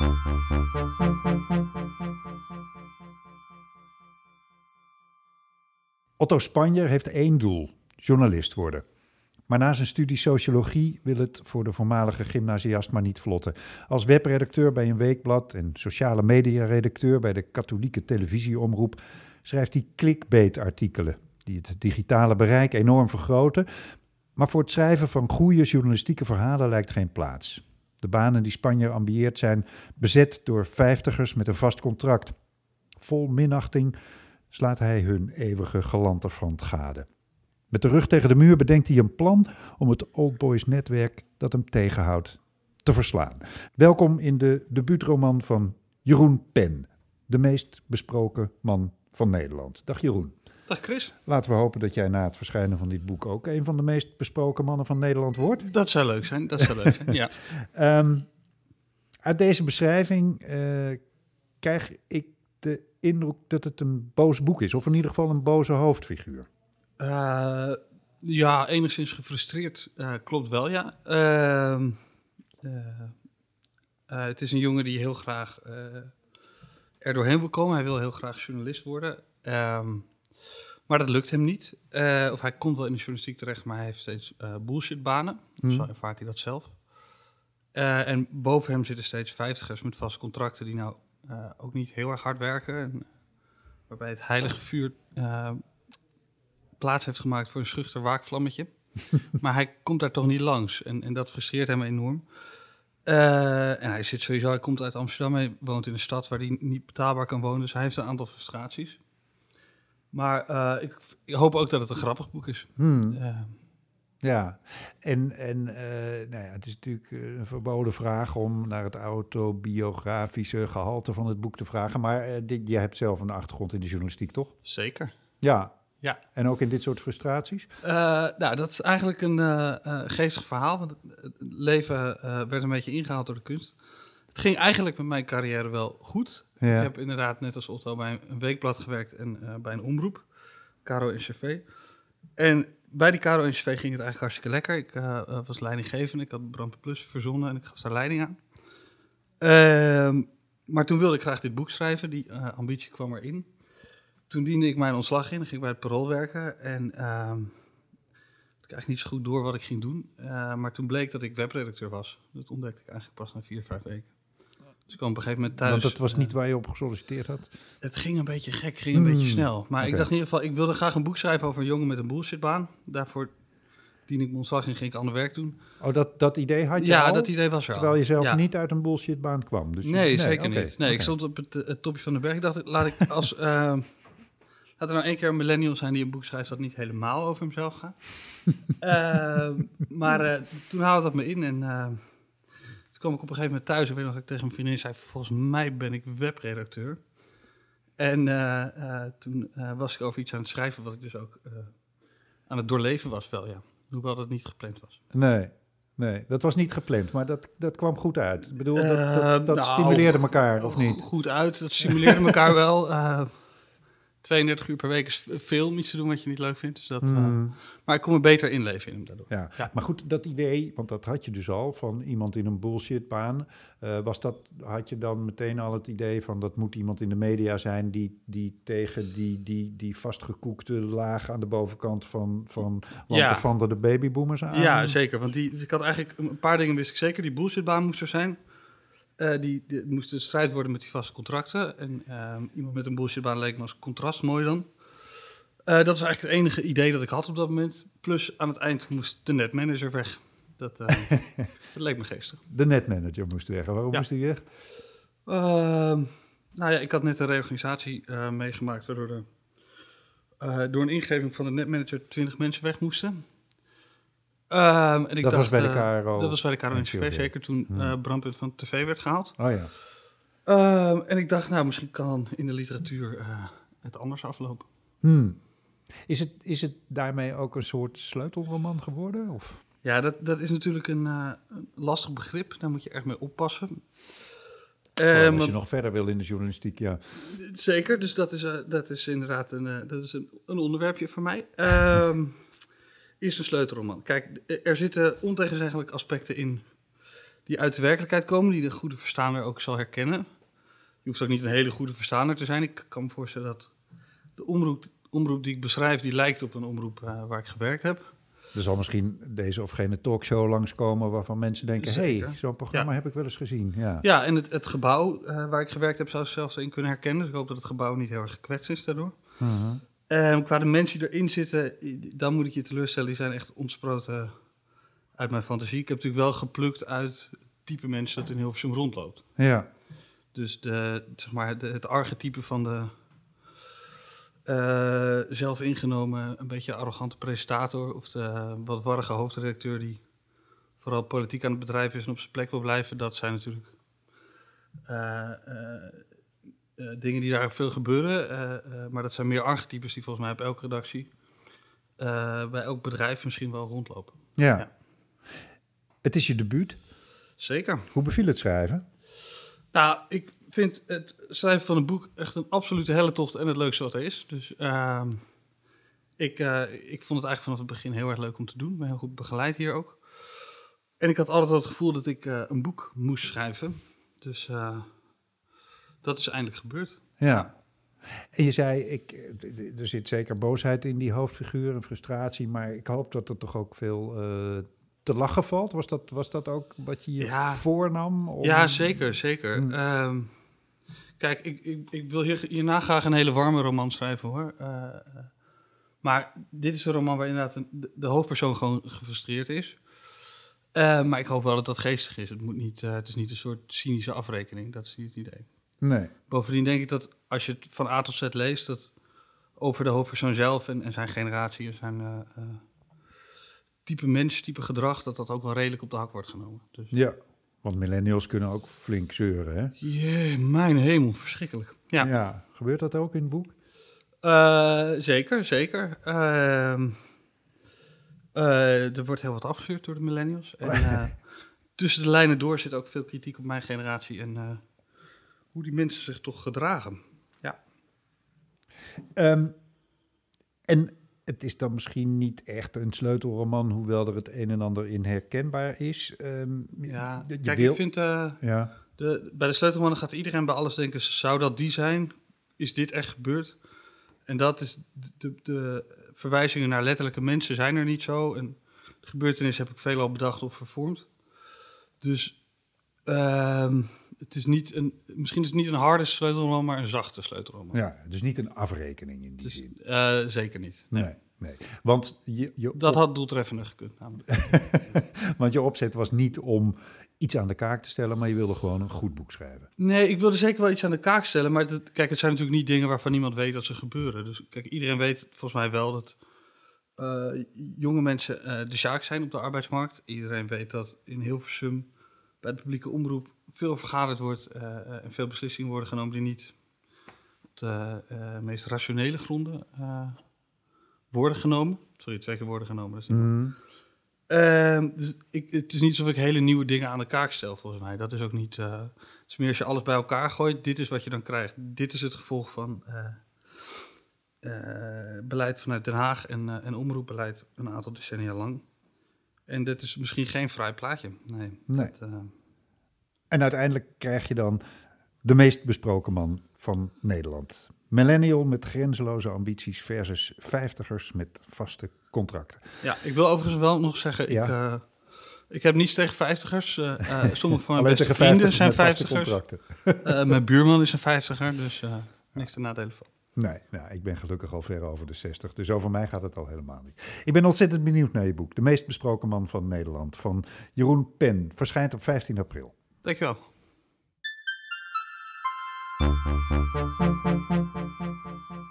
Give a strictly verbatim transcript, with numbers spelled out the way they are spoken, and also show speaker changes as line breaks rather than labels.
Otto Spanjer heeft één doel, journalist worden. Maar na zijn studie sociologie wil het voor de voormalige gymnasiast maar niet vlotten. Als webredacteur bij een weekblad en sociale media-redacteur bij de katholieke televisieomroep schrijft hij clickbait-artikelen die het digitale bereik enorm vergroten. Maar voor het schrijven van goede journalistieke verhalen lijkt geen plaats. De banen die Spanjer ambieert zijn bezet door vijftigers met een vast contract. Vol minachting slaat hij hun eeuwige galanterfront gade. Met de rug tegen de muur bedenkt hij een plan om het Old Boys netwerk dat hem tegenhoudt te verslaan. Welkom in de debuutroman van Jeroen Pen, de meest besproken man van Nederland. Dag Jeroen.
Dag Chris.
Laten we hopen dat jij na het verschijnen van dit boek ook een van de meest besproken mannen van Nederland wordt.
Dat zou leuk zijn, dat zou leuk zijn, ja.
Um, uit deze beschrijving uh, krijg ik de indruk dat het een boos boek is, of in ieder geval een boze hoofdfiguur.
Uh, ja, enigszins gefrustreerd, uh, klopt wel, ja. Uh, uh, uh, het is een jongen die heel graag uh, er doorheen wil komen. Hij wil heel graag journalist worden. Um, maar dat lukt hem niet. Uh, of hij komt wel in de journalistiek terecht, maar hij heeft steeds uh, bullshitbanen. Hmm. Zo ervaart hij dat zelf. Uh, en boven hem zitten steeds vijftigers met vaste contracten die nou uh, ook niet heel erg hard werken. En, uh, waarbij het heilige vuur uh, plaats heeft gemaakt voor een schuchter waakvlammetje. Maar hij komt daar toch niet langs. En, en dat frustreert hem enorm. Uh, en hij zit sowieso, hij komt uit Amsterdam. Hij woont in een stad waar hij niet betaalbaar kan wonen. Dus hij heeft een aantal frustraties. Maar uh, ik, ik hoop ook dat het een grappig boek is.
Hmm. Uh, ja, en, en uh, nou ja, het is natuurlijk een verboden vraag om naar het autobiografische gehalte van het boek te vragen. Maar uh, dit, jij hebt zelf een achtergrond in de journalistiek, toch?
Zeker.
Ja.
Ja.
En ook in dit soort frustraties?
Uh, nou, dat is eigenlijk een uh, uh, geestig verhaal. Want het, het leven uh, werd een beetje ingehaald door de kunst. Het ging eigenlijk met mijn carrière wel goed. Ja. Ik heb inderdaad net als Otto bij een weekblad gewerkt en uh, bij een omroep. Caro en C V. En bij die Caro en C V ging het eigenlijk hartstikke lekker. Ik uh, was leidinggevende. Ik had Brandpunt Plus verzonnen en ik gaf daar leiding aan. Uh, maar toen wilde ik graag dit boek schrijven. Die uh, ambitie kwam erin. Toen diende ik mijn ontslag in, dan ging ik bij het Parool werken en uh, had ik eigenlijk niet zo goed door wat ik ging doen. Uh, maar toen bleek dat ik webredacteur was. Dat ontdekte ik eigenlijk pas na vier, vijf weken. Dus ik kwam op een gegeven moment thuis.
Want dat was
uh,
niet waar je op gesolliciteerd had?
Het ging een beetje gek, ging een mm, beetje snel. Maar okay. Ik dacht in ieder geval, ik wilde graag een boek schrijven over een jongen met een bullshitbaan. Daarvoor diende ik mijn ontslag in, ging ik ander werk doen.
Oh, dat, dat idee had je
ja,
al?
Ja, dat idee was er
Terwijl
al.
je zelf
ja.
niet uit een bullshitbaan kwam? Dus
nee,
je, nee,
zeker
okay,
niet. Nee,
okay.
ik stond op het, het topje van de berg. Ik dacht, laat ik als... Uh, Laat er nou één keer een millennial zijn die een boek schrijft dat niet helemaal over hemzelf gaat. uh, maar uh, toen haalde dat me in en uh, toen kwam ik op een gegeven moment thuis. Ik weet nog dat ik tegen mijn vriendin zei, volgens mij ben ik webredacteur. En uh, uh, toen uh, was ik over iets aan het schrijven wat ik dus ook uh, aan het doorleven was wel, ja. Hoewel dat niet gepland was.
Nee, nee, dat was niet gepland, maar dat, dat kwam goed uit. Ik bedoel, dat, dat, dat uh, nou, stimuleerde elkaar, of niet?
Goed uit, dat stimuleerde elkaar wel. Uh, tweeëndertig uur per week is veel om iets te doen wat je niet leuk vindt. Dus dat, mm. uh, maar ik kon me beter inleven in hem daardoor.
Ja. Ja. Maar goed, dat idee, want dat had je dus al, van iemand in een bullshitbaan. Uh, was dat, had je dan meteen al het idee van dat moet iemand in de media zijn die, die tegen die, die, die vastgekoekte laag aan de bovenkant van, van
ja.
van de babyboomers aan?
Ja, zeker. Want die, ik had eigenlijk een paar dingen wist ik zeker. Die bullshitbaan moest er zijn. Uh, die, die moest de strijd worden met die vaste contracten. En uh, iemand met een bullshitbaan leek me als contrast mooi dan. Uh, dat was eigenlijk het enige idee dat ik had op dat moment. Plus aan het eind moest de netmanager weg. Dat, uh, dat leek me geestig.
De netmanager moest weg. Waarom ja. moest hij weg?
Uh, nou ja, ik had net een reorganisatie uh, meegemaakt... waardoor er uh, door een ingeving van de netmanager twintig mensen weg moesten... Um, en ik
dat
dacht,
was bij de
uh,
Caro?
Dat was bij de Caro en C V, zeker toen uh, hmm. Brandpunt van tv werd gehaald.
Oh ja.
Um, en ik dacht, nou, misschien kan in de literatuur uh, het anders aflopen.
Hmm. Is het, is het daarmee ook een soort sleutelroman geworden? Of?
Ja, dat, dat is natuurlijk een, uh, een lastig begrip. Daar moet je echt mee oppassen.
Um, als je nog verder wil in de journalistiek, ja.
Zeker, dus dat is, uh, dat is inderdaad een, uh, dat is een, een onderwerpje voor mij. Um, is een sleutelroman. Kijk, er zitten ontegenzeggelijk aspecten in die uit de werkelijkheid komen, die de goede verstaander ook zal herkennen. Je hoeft ook niet een hele goede verstaander te zijn. Ik kan me voorstellen dat de omroep, omroep die ik beschrijf, die lijkt op een omroep uh, waar ik gewerkt heb.
Er zal misschien deze of gene talkshow langskomen waarvan mensen denken, hé, hey, zo'n programma ja. heb ik wel eens gezien. Ja,
ja en het, het gebouw uh, waar ik gewerkt heb, zou ik zelfs in kunnen herkennen. Dus ik hoop dat het gebouw niet heel erg gekwetst is daardoor. Uh-huh. Um, qua de mensen die erin zitten, dan moet ik je teleurstellen, die zijn echt ontsproten uit mijn fantasie. Ik heb natuurlijk wel geplukt uit het type mensen dat in Hilversum rondloopt.
Ja.
Dus de, zeg maar, de, het archetype van de uh, zelf ingenomen, een beetje arrogante presentator of de uh, wat warrige hoofdredacteur die vooral politiek aan het bedrijven is en op zijn plek wil blijven, dat zijn natuurlijk uh, uh, uh, dingen die daar veel gebeuren. Uh, uh, maar dat zijn meer archetypes die volgens mij op elke redactie, uh, bij elk bedrijf misschien wel rondlopen.
Ja. ja. Het is je debuut.
Zeker.
Hoe beviel het schrijven?
Nou, ik vind het schrijven van een boek echt een absolute helletocht en het leukste wat er is. Dus uh, ik, uh, ik vond het eigenlijk vanaf het begin heel erg leuk om te doen. Ik ben heel goed begeleid hier ook. En ik had altijd al het gevoel dat ik uh, een boek moest schrijven. Dus uh, dat is eindelijk gebeurd.
Ja. En je zei, ik, er zit zeker boosheid in die hoofdfiguur en frustratie, maar ik hoop dat er toch ook veel uh, te lachen valt. Was dat, was dat ook wat je je ja. voornam? Om...
Ja, zeker, zeker. Hmm. Um, kijk, ik, ik, ik wil hier, hierna graag een hele warme roman schrijven, hoor. Uh, maar dit is een roman waar inderdaad een, de, de hoofdpersoon gewoon gefrustreerd is. Uh, maar ik hoop wel dat dat geestig is. Het, moet niet, uh, het is niet een soort cynische afrekening, dat is niet het idee.
Nee.
Bovendien denk ik dat als je het van A tot Z leest, dat over de hoofdpersoon zelf en, en zijn generatie en zijn uh, uh, type mens, type gedrag, dat dat ook wel redelijk op de hak wordt genomen. Dus.
Ja, want millennials kunnen ook flink zeuren, hè?
Jee, mijn hemel, verschrikkelijk. Ja.
ja, gebeurt dat ook in het boek?
Uh, zeker, zeker. Uh, uh, er wordt heel wat afgestuurd door de millennials. En uh, tussen de lijnen door zit ook veel kritiek op mijn generatie en uh, hoe die mensen zich toch gedragen. Ja.
Um, en het is dan misschien niet echt een sleutelroman, hoewel er het een en ander in herkenbaar is. Um,
ja,
je
kijk,
wil...
ik vind... Uh,
ja.
de, bij de sleutelromannen gaat iedereen bij alles denken, zou dat die zijn? Is dit echt gebeurd? En dat is... De, de, de verwijzingen naar letterlijke mensen zijn er niet zo. En de gebeurtenis heb ik veelal bedacht of vervormd. Dus... Uh, het is niet een, misschien is het niet een harde sleutelroman, maar een zachte sleutelroman.
Ja, dus niet een afrekening in die
dus,
zin.
Uh, zeker niet. Nee,
nee. nee. Want je, je
dat op... had doeltreffender gekund. Namelijk.
Want je opzet was niet om iets aan de kaak te stellen, maar je wilde gewoon een goed boek schrijven.
Nee, ik wilde zeker wel iets aan de kaak stellen, maar dat, kijk, het zijn natuurlijk niet dingen waarvan niemand weet dat ze gebeuren. Dus kijk, iedereen weet volgens mij wel dat uh, jonge mensen uh, de zaak zijn op de arbeidsmarkt. Iedereen weet dat in Hilversum bij de publieke omroep veel vergaderd wordt uh, en veel beslissingen worden genomen die niet op de uh, meest rationele gronden uh, worden genomen. Sorry, twee keer worden genomen. Dat is niet mm. uh, dus ik, het is niet alsof ik hele nieuwe dingen aan de kaak stel, volgens mij. Dat is ook niet... Uh, het is meer als je alles bij elkaar gooit, dit is wat je dan krijgt. Dit is het gevolg van uh, uh, beleid vanuit Den Haag en, uh, en omroepbeleid een aantal decennia lang. En dit is misschien geen fraai plaatje. Nee.
nee.
Dat, uh,
En uiteindelijk krijg je dan de meest besproken man van Nederland. Millennial met grenzeloze ambities versus vijftigers met vaste contracten.
Ja, ik wil overigens wel nog zeggen, ja. ik, uh, ik heb niets tegen vijftigers. Uh, uh, sommige van mijn beste vrienden zijn vijftigers. Uh, mijn buurman is een vijftiger, dus uh, niks te nadelen van.
Nee, nou, ik ben gelukkig al ver over de zestig, dus over mij gaat het al helemaal niet. Ik ben ontzettend benieuwd naar je boek, De meest besproken man van Nederland, van Jeroen Pen. Verschijnt op vijftien april.
Dankjewel.